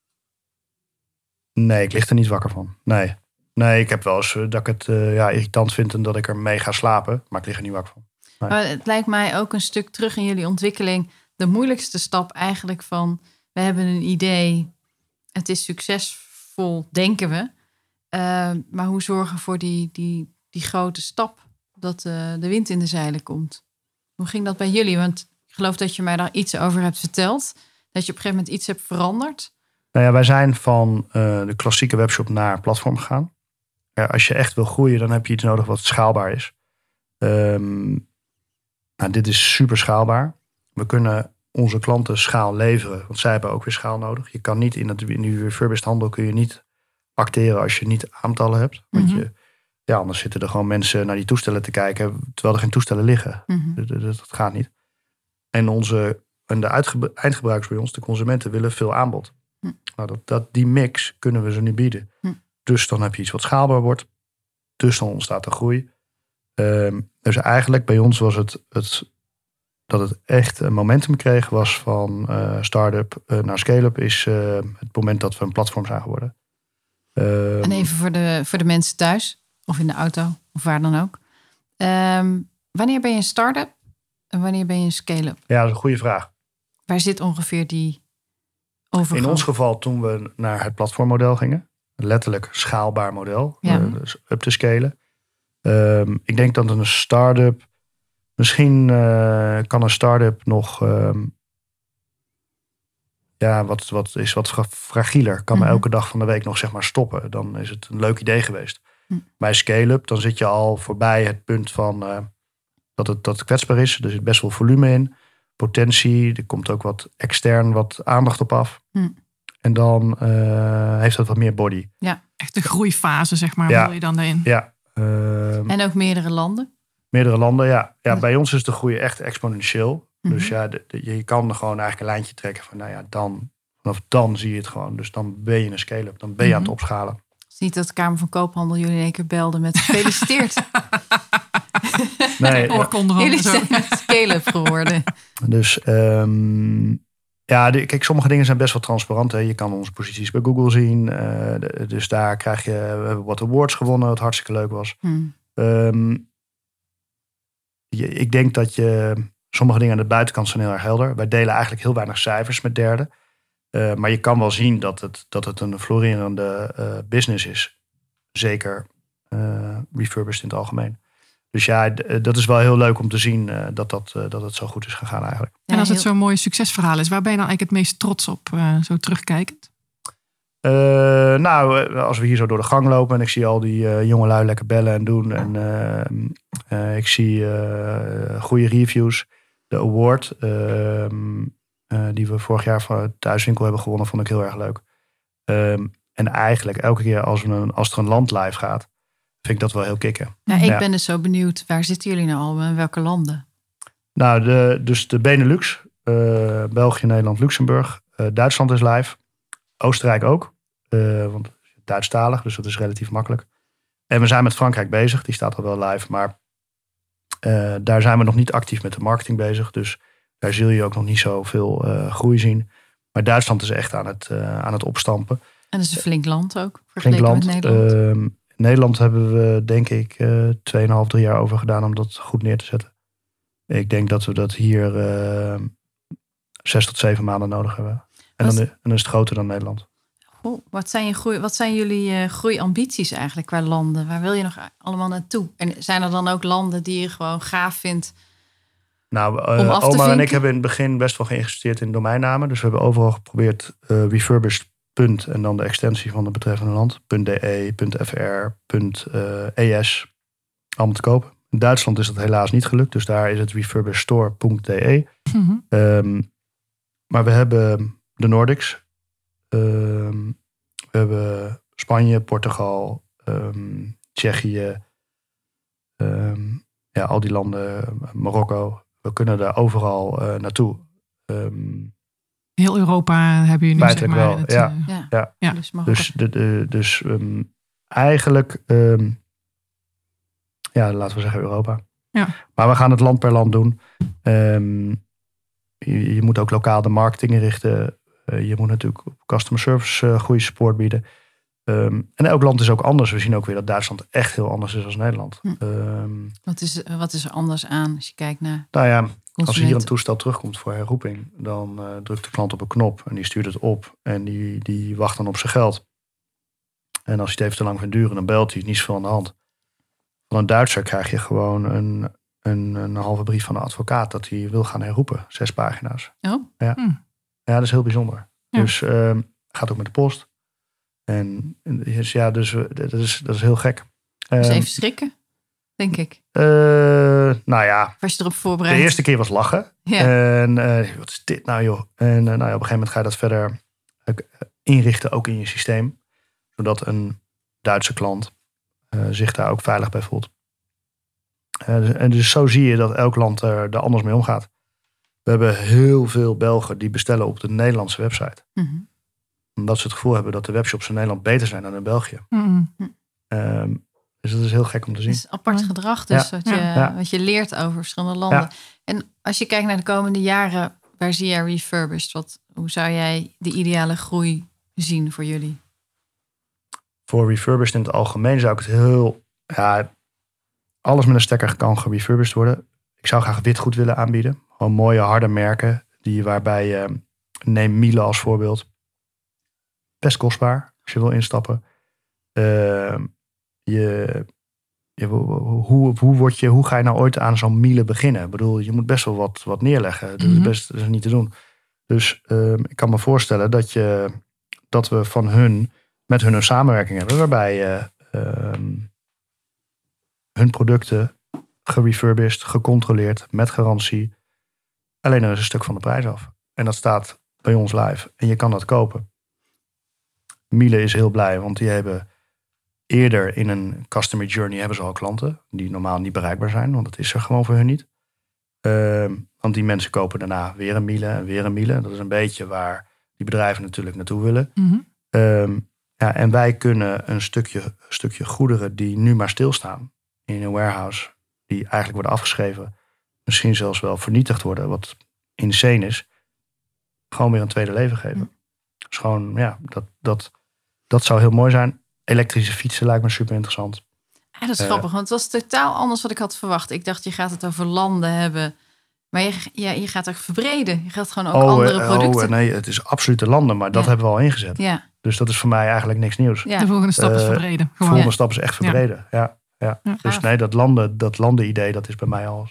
nee, ik lig er niet wakker van. Nee. Nee, ik heb wel eens dat ik het uh, ja, irritant vind en dat ik er mee ga slapen. Maar ik lig er niet wakker van. Nee. Maar het lijkt mij ook een stuk terug in jullie ontwikkeling. De moeilijkste stap eigenlijk van, we hebben een idee. Het is succesvol, denken we. Uh, maar hoe zorgen voor die, die, die grote stap dat uh, de wind in de zeilen komt? Hoe ging dat bij jullie? Want ik geloof dat je mij daar iets over hebt verteld. Dat je op een gegeven moment iets hebt veranderd. Nou ja, wij zijn van uh, de klassieke webshop naar platform gegaan. Ja, als je echt wil groeien, dan heb je iets nodig wat schaalbaar is. Um, nou, dit is super schaalbaar. We kunnen onze klanten schaal leveren, want zij hebben ook weer schaal nodig. Je kan niet in, het, in die refurbished handel kun je niet acteren als je niet aantallen hebt. Want mm-hmm. je, ja, anders zitten er gewoon mensen naar die toestellen te kijken, terwijl er geen toestellen liggen. Mm-hmm. Dat, dat, dat gaat niet. En, onze, en de uitge- eindgebruikers bij ons, de consumenten, willen veel aanbod. Mm. Nou, dat, dat, die mix kunnen we ze nu bieden. Mm. Dus dan heb je iets wat schaalbaar wordt. Dus dan ontstaat er groei. Um, Dus eigenlijk bij ons was het, het dat het echt een momentum kreeg was van uh, start-up uh, naar scale-up is uh, het moment dat we een platform zijn geworden. Uh, en even voor de, voor de mensen thuis of in de auto of waar dan ook. Um, wanneer ben je een start-up en wanneer ben je een scale-up? Ja, dat is een goede vraag. Waar zit ongeveer die overgang? In ons geval toen we naar het platformmodel gingen. Letterlijk schaalbaar model. Ja. Uh, dus up te scalen. Um, ik denk dat een start-up... Misschien uh, kan een start-up nog... Um, ja, wat, wat is wat fragieler. Kan mm-hmm. me elke dag van de week nog zeg maar stoppen. Dan is het een leuk idee geweest. Mm. Bij scale-up, dan zit je al voorbij het punt van... Uh, dat, het, dat het kwetsbaar is. Er zit best wel volume in. Potentie. Er komt ook wat extern wat aandacht op af. Mm. En dan uh, heeft dat wat meer body. Ja, echt de groeifase, zeg maar, ja. wil je dan daarin. Ja. Uh, en ook meerdere landen? Meerdere landen, ja. ja. Bij ons is de groei echt exponentieel. Mm-hmm. Dus ja, de, de, je kan er gewoon eigenlijk een lijntje trekken van, nou ja, dan, vanaf dan zie je het gewoon. Dus dan ben je een scale-up, dan ben je mm-hmm. aan het opschalen. Het is niet dat de Kamer van Koophandel jullie in één keer belde met gefeliciteerd. Nee, jullie zijn een scale-up geworden. Dus um, ja, de, kijk, sommige dingen zijn best wel transparant. Hè. Je kan onze posities bij Google zien. Uh, de, dus daar krijg je, we hebben wat awards gewonnen, wat hartstikke leuk was. Hmm. Um, je, ik denk dat je, sommige dingen aan de buitenkant zijn heel erg helder. Wij delen eigenlijk heel weinig cijfers met derden. Uh, maar je kan wel zien dat het, dat het een florerende uh, business is. Zeker uh, refurbished in het algemeen. Dus ja, dat is wel heel leuk om te zien uh, dat, dat, uh, dat het zo goed is gegaan eigenlijk. En als het zo'n mooi succesverhaal is, waar ben je dan eigenlijk het meest trots op, uh, zo terugkijkend? Uh, nou, als we hier zo door de gang lopen en ik zie al die uh, jonge lui lekker bellen en doen. En uh, uh, ik zie uh, goede reviews. De award uh, uh, die we vorig jaar van het Thuiswinkel hebben gewonnen, vond ik heel erg leuk. Um, en eigenlijk elke keer als, we een, als er een land live gaat, vind ik dat wel heel kicken. Ja, ik ja. ben dus zo benieuwd. Waar zitten jullie nou al? In welke landen? Nou, de, dus de Benelux. Uh, België, Nederland, Luxemburg. Uh, Duitsland is live. Oostenrijk ook. Uh, want Duitsstalig, dus dat is relatief makkelijk. En we zijn met Frankrijk bezig. Die staat al wel live. Maar uh, daar zijn we nog niet actief met de marketing bezig. Dus daar zul je ook nog niet zoveel uh, groei zien. Maar Duitsland is echt aan het, uh, aan het opstampen. En dat is een flink land ook. Flink land. Met Nederland. Uh, In Nederland hebben we denk ik uh, tweeënhalf, drie jaar over gedaan om dat goed neer te zetten. Ik denk dat we dat hier uh, zes tot zeven maanden nodig hebben. En dan, en dan is het groter dan Nederland. Oh, wat, zijn je groei, wat zijn jullie uh, groeiambities eigenlijk qua landen? Waar wil je nog allemaal naartoe? En zijn er dan ook landen die je gewoon gaaf vindt? Nou, uh, Omar en ik hebben in het begin best wel geïnvesteerd in domeinnamen. Dus we hebben overal geprobeerd uh, refurbished. Punt en dan de extensie van het betreffende land. .de, .fr, .es. Allemaal te kopen. In Duitsland is dat helaas niet gelukt. Dus daar is het refurbishedstore.de. Mm-hmm. Um, maar we hebben de Nordics. Um, we hebben Spanje, Portugal, um, Tsjechië. Um, ja, al die landen. Marokko. We kunnen daar overal uh, naartoe. Um, Heel Europa hebben jullie nu, zeg maar. Wel, het, ja. Uh, ja. ja. ja. Dus, dus, de, de, dus um, eigenlijk, um, ja, laten we zeggen Europa. Ja. Maar we gaan het land per land doen. Um, je, je moet ook lokaal de marketing inrichten. Uh, je moet natuurlijk op customer service uh, goede support bieden. Um, en elk land is ook anders. We zien ook weer dat Duitsland echt heel anders is dan Nederland. Hm. Um, wat, is, wat is er anders aan als je kijkt naar... Nou ja, als er hier een toestel terugkomt voor herroeping, dan uh, drukt de klant op een knop en die stuurt het op en die, die wacht dan op zijn geld. En als hij het even te lang vindt duren, dan belt hij, niet zoveel aan de hand. Van een Duitser krijg je gewoon een, een, een halve brief van de advocaat dat hij wil gaan herroepen. Zes pagina's. Oh. Ja, hm. ja dat is heel bijzonder. Ja. Dus uh, gaat ook met de post. En dus, ja, dus dat is, dat is heel gek. Dus um, even schrikken, denk ik. Uh, nou ja, was je erop voorbereid? De eerste keer was lachen. Ja. En uh, wat is dit nou joh? En uh, nou ja, op een gegeven moment ga je dat verder uh, inrichten, ook in je systeem. Zodat een Duitse klant uh, zich daar ook veilig bij voelt. Uh, en dus zo zie je dat elk land er, er anders mee omgaat. We hebben heel veel Belgen die bestellen op de Nederlandse website. Mm-hmm. Omdat ze het gevoel hebben dat de webshops in Nederland beter zijn dan in België. Mm-hmm. Um, Dus dat is heel gek om te zien. Het is apart Ja. gedrag dus, Ja. wat, je, Ja. wat je leert over verschillende landen. Ja. En als je kijkt naar de komende jaren, waar zie jij Refurbished? Wat, hoe zou jij de ideale groei zien voor jullie? Voor refurbished in het algemeen zou ik het heel... Ja, alles met een stekker kan gerefurbished worden. Ik zou graag witgoed willen aanbieden. Gewoon mooie, harde merken. Die waarbij je... Neem Miele als voorbeeld. Best kostbaar als je wil instappen. Uh, je, je, hoe, hoe, word je, hoe ga je nou ooit aan zo'n Miele beginnen? Ik bedoel, je moet best wel wat, wat neerleggen. Dat Mm-hmm. is best dat is niet te doen. Dus uh, ik kan me voorstellen dat, je, dat we van hun... met hun een samenwerking hebben. Waarbij je uh, hun producten gerefurbished, gecontroleerd, met garantie. Alleen er is een stuk van de prijs af. En dat staat bij ons live. En je kan dat kopen. Miele is heel blij, want die hebben eerder in een customer journey hebben ze al klanten die normaal niet bereikbaar zijn, want dat is er gewoon voor hun niet. Uh, want die mensen kopen daarna weer een Miele en weer een Miele. Dat is een beetje waar die bedrijven natuurlijk naartoe willen. Mm-hmm. Um, ja, en wij kunnen een stukje, een stukje goederen die nu maar stilstaan in een warehouse, die eigenlijk worden afgeschreven, misschien zelfs wel vernietigd worden, wat insane is, gewoon weer een tweede leven geven. Mm. Dus gewoon, ja, dat, dat, dat zou heel mooi zijn. Elektrische fietsen lijkt me super interessant. Ja, dat is uh, grappig, want het was totaal anders wat ik had verwacht. Ik dacht, je gaat het over landen hebben, maar je, ja, je gaat het verbreden. Je gaat gewoon ook oh, andere uh, producten. Oh, nee, het is absolute landen, maar dat ja. hebben we al ingezet. Ja. Dus dat is voor mij eigenlijk niks nieuws. Ja. De volgende stap is verbreden. De volgende ja. stap is echt verbreden, ja. ja, ja. ja. Dus nee, dat landen, dat landen-idee, dat is bij mij al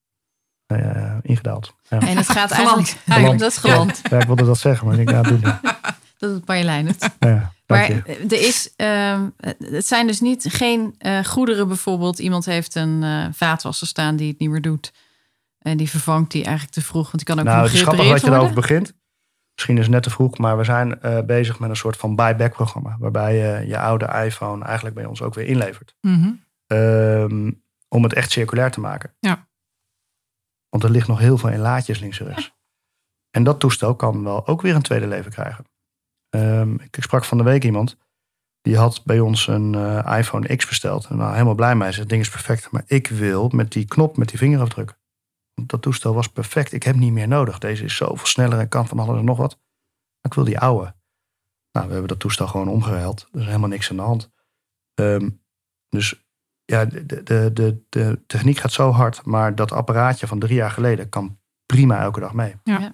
uh, ingedaald. Ja. En het gaat eigenlijk... Geland. Dat is geland. Ja, ik wilde dat zeggen, maar ik denk, ja, doe niet. Dat doet Marjolein het. Ja, maar er is, uh, het zijn dus niet geen uh, goederen bijvoorbeeld. Iemand heeft een uh, vaatwasser staan die het niet meer doet. En die vervangt die eigenlijk te vroeg. Want die kan ook nou, nog gerepareerd worden. Nou, het is grappig dat je erover begint. Misschien is het net te vroeg, maar we zijn uh, bezig met een soort van buyback programma. Waarbij je je oude iPhone eigenlijk bij ons ook weer inlevert. Mm-hmm. Um, om het echt circulair te maken. Ja. Want er ligt nog heel veel in laadjes links en rechts. Ja. En dat toestel kan wel ook weer een tweede leven krijgen. Um, ik sprak van de week iemand. Die had bij ons een uh, iPhone X besteld. En nou, helemaal blij mee. Hij zei, het ding is perfect. Maar ik wil met die knop, met die vingerafdruk. Dat toestel was perfect. Ik heb niet meer nodig. Deze is zoveel sneller en kan van alles en nog wat. Maar ik wil die oude. Nou, we hebben dat toestel gewoon omgeruild. Er is helemaal niks aan de hand. Um, dus ja, de, de, de, de techniek gaat zo hard. Maar dat apparaatje van drie jaar geleden kan prima elke dag mee. Ja.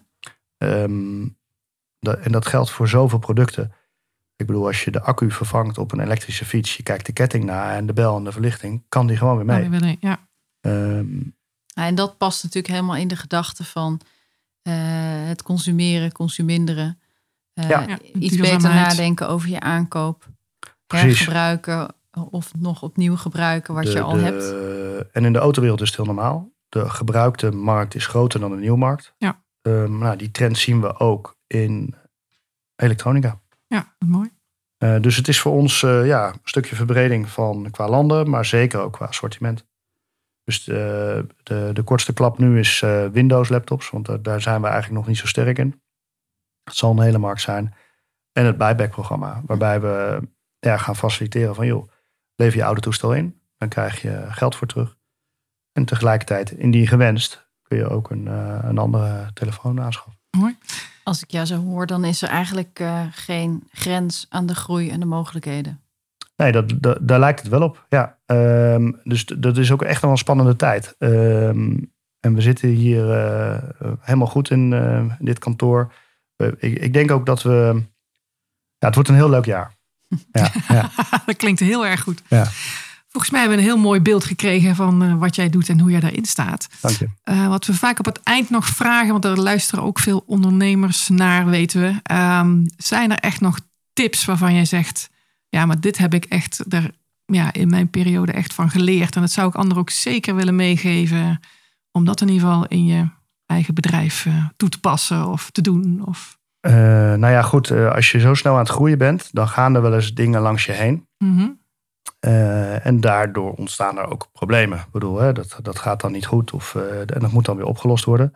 Um, dat, en dat geldt voor zoveel producten. Ik bedoel, als je de accu vervangt op een elektrische fiets. Je kijkt de ketting na en de bel en de verlichting. Kan die gewoon weer mee. Kan die weer, ja. Um, Ja, en dat past natuurlijk helemaal in de gedachte van uh, het consumeren, consuminderen. Uh, ja. Ja, iets beter nadenken over je aankoop. Precies. Hergebruiken of nog opnieuw gebruiken wat de, je al de, hebt. En in de autowereld is het heel normaal. De gebruikte markt is groter dan de nieuwmarkt. Ja. Um, nou, die trend zien we ook in elektronica. Ja, mooi. Uh, dus het is voor ons uh, ja, een stukje verbreding van qua landen, maar zeker ook qua assortiment. Dus de, de, de kortste klap nu is uh, Windows laptops, want uh, daar zijn we eigenlijk nog niet zo sterk in. Het zal een hele markt zijn. En het buyback programma, waarbij we ja, gaan faciliteren van joh, lever je oude toestel in, dan krijg je geld voor terug. En tegelijkertijd, indien gewenst, kun je ook een, uh, een andere telefoon aanschaffen. Mooi. Als ik jou zo hoor, dan is er eigenlijk uh, geen grens aan de groei en de mogelijkheden. Nee, dat, dat, daar lijkt het wel op. Ja. Um, dus dat is ook echt wel een spannende tijd. Um, en we zitten hier uh, helemaal goed in uh, dit kantoor. Uh, ik, ik denk ook dat we... Ja, het wordt een heel leuk jaar. Ja, ja. Dat klinkt heel erg goed. Ja. Volgens mij hebben we een heel mooi beeld gekregen van uh, wat jij doet en hoe jij daarin staat. Dank je. Uh, wat we vaak op het eind nog vragen, want er luisteren ook veel ondernemers naar, weten we. Um, zijn er echt nog tips waarvan jij zegt... Ja, maar dit heb ik echt er, ja, in mijn periode echt van geleerd. En dat zou ik anderen ook zeker willen meegeven. Om dat in ieder geval in je eigen bedrijf uh, toe te passen of te doen. Of... Uh, nou ja, goed. Uh, als je zo snel aan het groeien bent, dan gaan er wel eens dingen langs je heen. Mm-hmm. Uh, en daardoor ontstaan er ook problemen. Ik bedoel, hè, dat, dat gaat dan niet goed. Of, uh, en dat moet dan weer opgelost worden.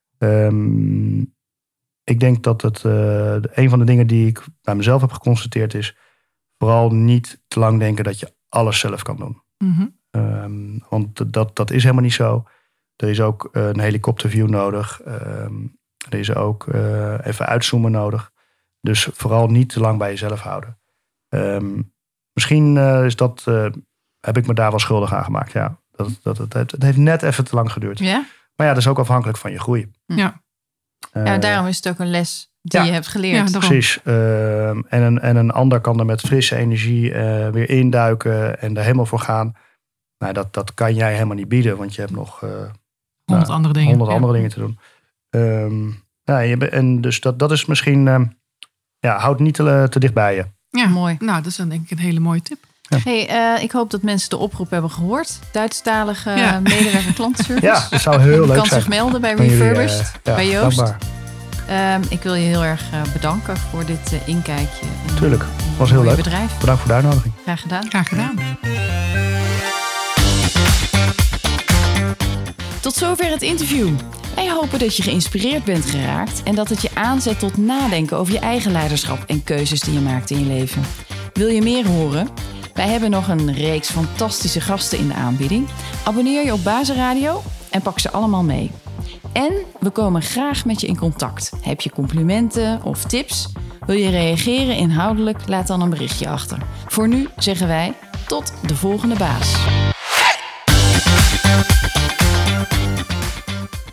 Um, ik denk dat het uh, een van de dingen die ik bij mezelf heb geconstateerd is... vooral niet te lang denken dat je alles zelf kan doen. Mm-hmm. Um, want dat, dat is helemaal niet zo. Er is ook uh, een helikopterview nodig. Um, er is ook uh, even uitzoomen nodig. Dus vooral niet te lang bij jezelf houden. Um, misschien uh, is dat, uh, heb ik me daar wel schuldig aan gemaakt. Ja, dat, dat, dat, het, het heeft net even te lang geduurd. Ja? Maar ja, dat is ook afhankelijk van je groei. Ja. Uh, ja, daarom is het ook een les die ja, je hebt geleerd. Ja, precies. Uh, en, een, en een ander kan er met frisse energie uh, weer induiken en er helemaal voor gaan. Nou, dat, dat kan jij helemaal niet bieden, want je hebt nog uh, honderd nou, andere dingen, honderd ja. andere dingen te doen. Um, ja, je, en dus dat, dat is misschien, uh, ja, houd niet te, te dicht bij je. Ja, mooi. Nou, dat is dan denk ik een hele mooie tip. Ja. Hey, uh, ik hoop dat mensen de oproep hebben gehoord. Duitsstalige ja. medewerker klantenservice. Ja, dat zou heel leuk zijn. Je kan zich melden bij Refurbished, jullie, uh, ja, bij Joost. Um, ik wil je heel erg uh, bedanken voor dit uh, inkijkje. In Tuurlijk, het was heel leuk. Bedrijf. Bedankt voor de uitnodiging. Graag gedaan. Graag gedaan. Tot zover het interview. Wij hopen dat je geïnspireerd bent geraakt en dat het je aanzet tot nadenken over je eigen leiderschap en keuzes die je maakt in je leven. Wil je meer horen? Wij hebben nog een reeks fantastische gasten in de aanbieding. Abonneer je op Bazenradio en pak ze allemaal mee. En we komen graag met je in contact. Heb je complimenten of tips? Wil je reageren inhoudelijk? Laat dan een berichtje achter. Voor nu zeggen wij tot de volgende baas.